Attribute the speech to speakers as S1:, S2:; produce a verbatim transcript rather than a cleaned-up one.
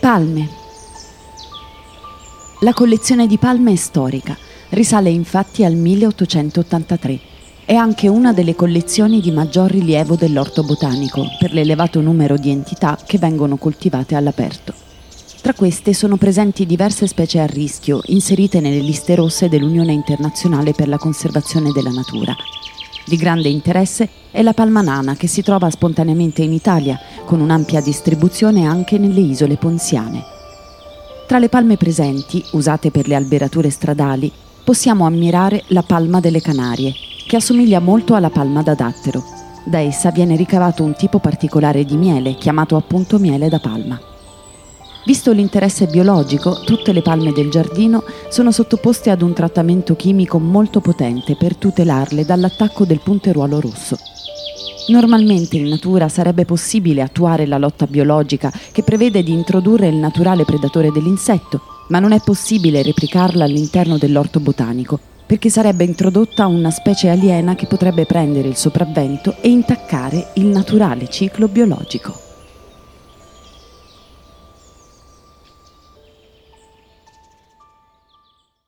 S1: Palme. La collezione di palme è storica, risale infatti al milleottocentottantatré. È anche una delle collezioni di maggior rilievo dell'orto botanico per l'elevato numero di entità che vengono coltivate all'aperto. Tra queste sono presenti diverse specie a rischio, inserite nelle liste rosse dell'Unione Internazionale per la Conservazione della Natura. Di grande interesse è la palma nana, che si trova spontaneamente in Italia, con un'ampia distribuzione anche nelle isole ponziane. Tra le palme presenti, usate per le alberature stradali, possiamo ammirare la palma delle Canarie, che assomiglia molto alla palma da dattero. Da essa viene ricavato un tipo particolare di miele, chiamato appunto miele da palma. Visto l'interesse biologico, tutte le palme del giardino sono sottoposte ad un trattamento chimico molto potente per tutelarle dall'attacco del punteruolo rosso. Normalmente in natura sarebbe possibile attuare la lotta biologica che prevede di introdurre il naturale predatore dell'insetto, ma non è possibile replicarla all'interno dell'orto botanico, perché sarebbe introdotta una specie aliena che potrebbe prendere il sopravvento e intaccare il naturale ciclo biologico.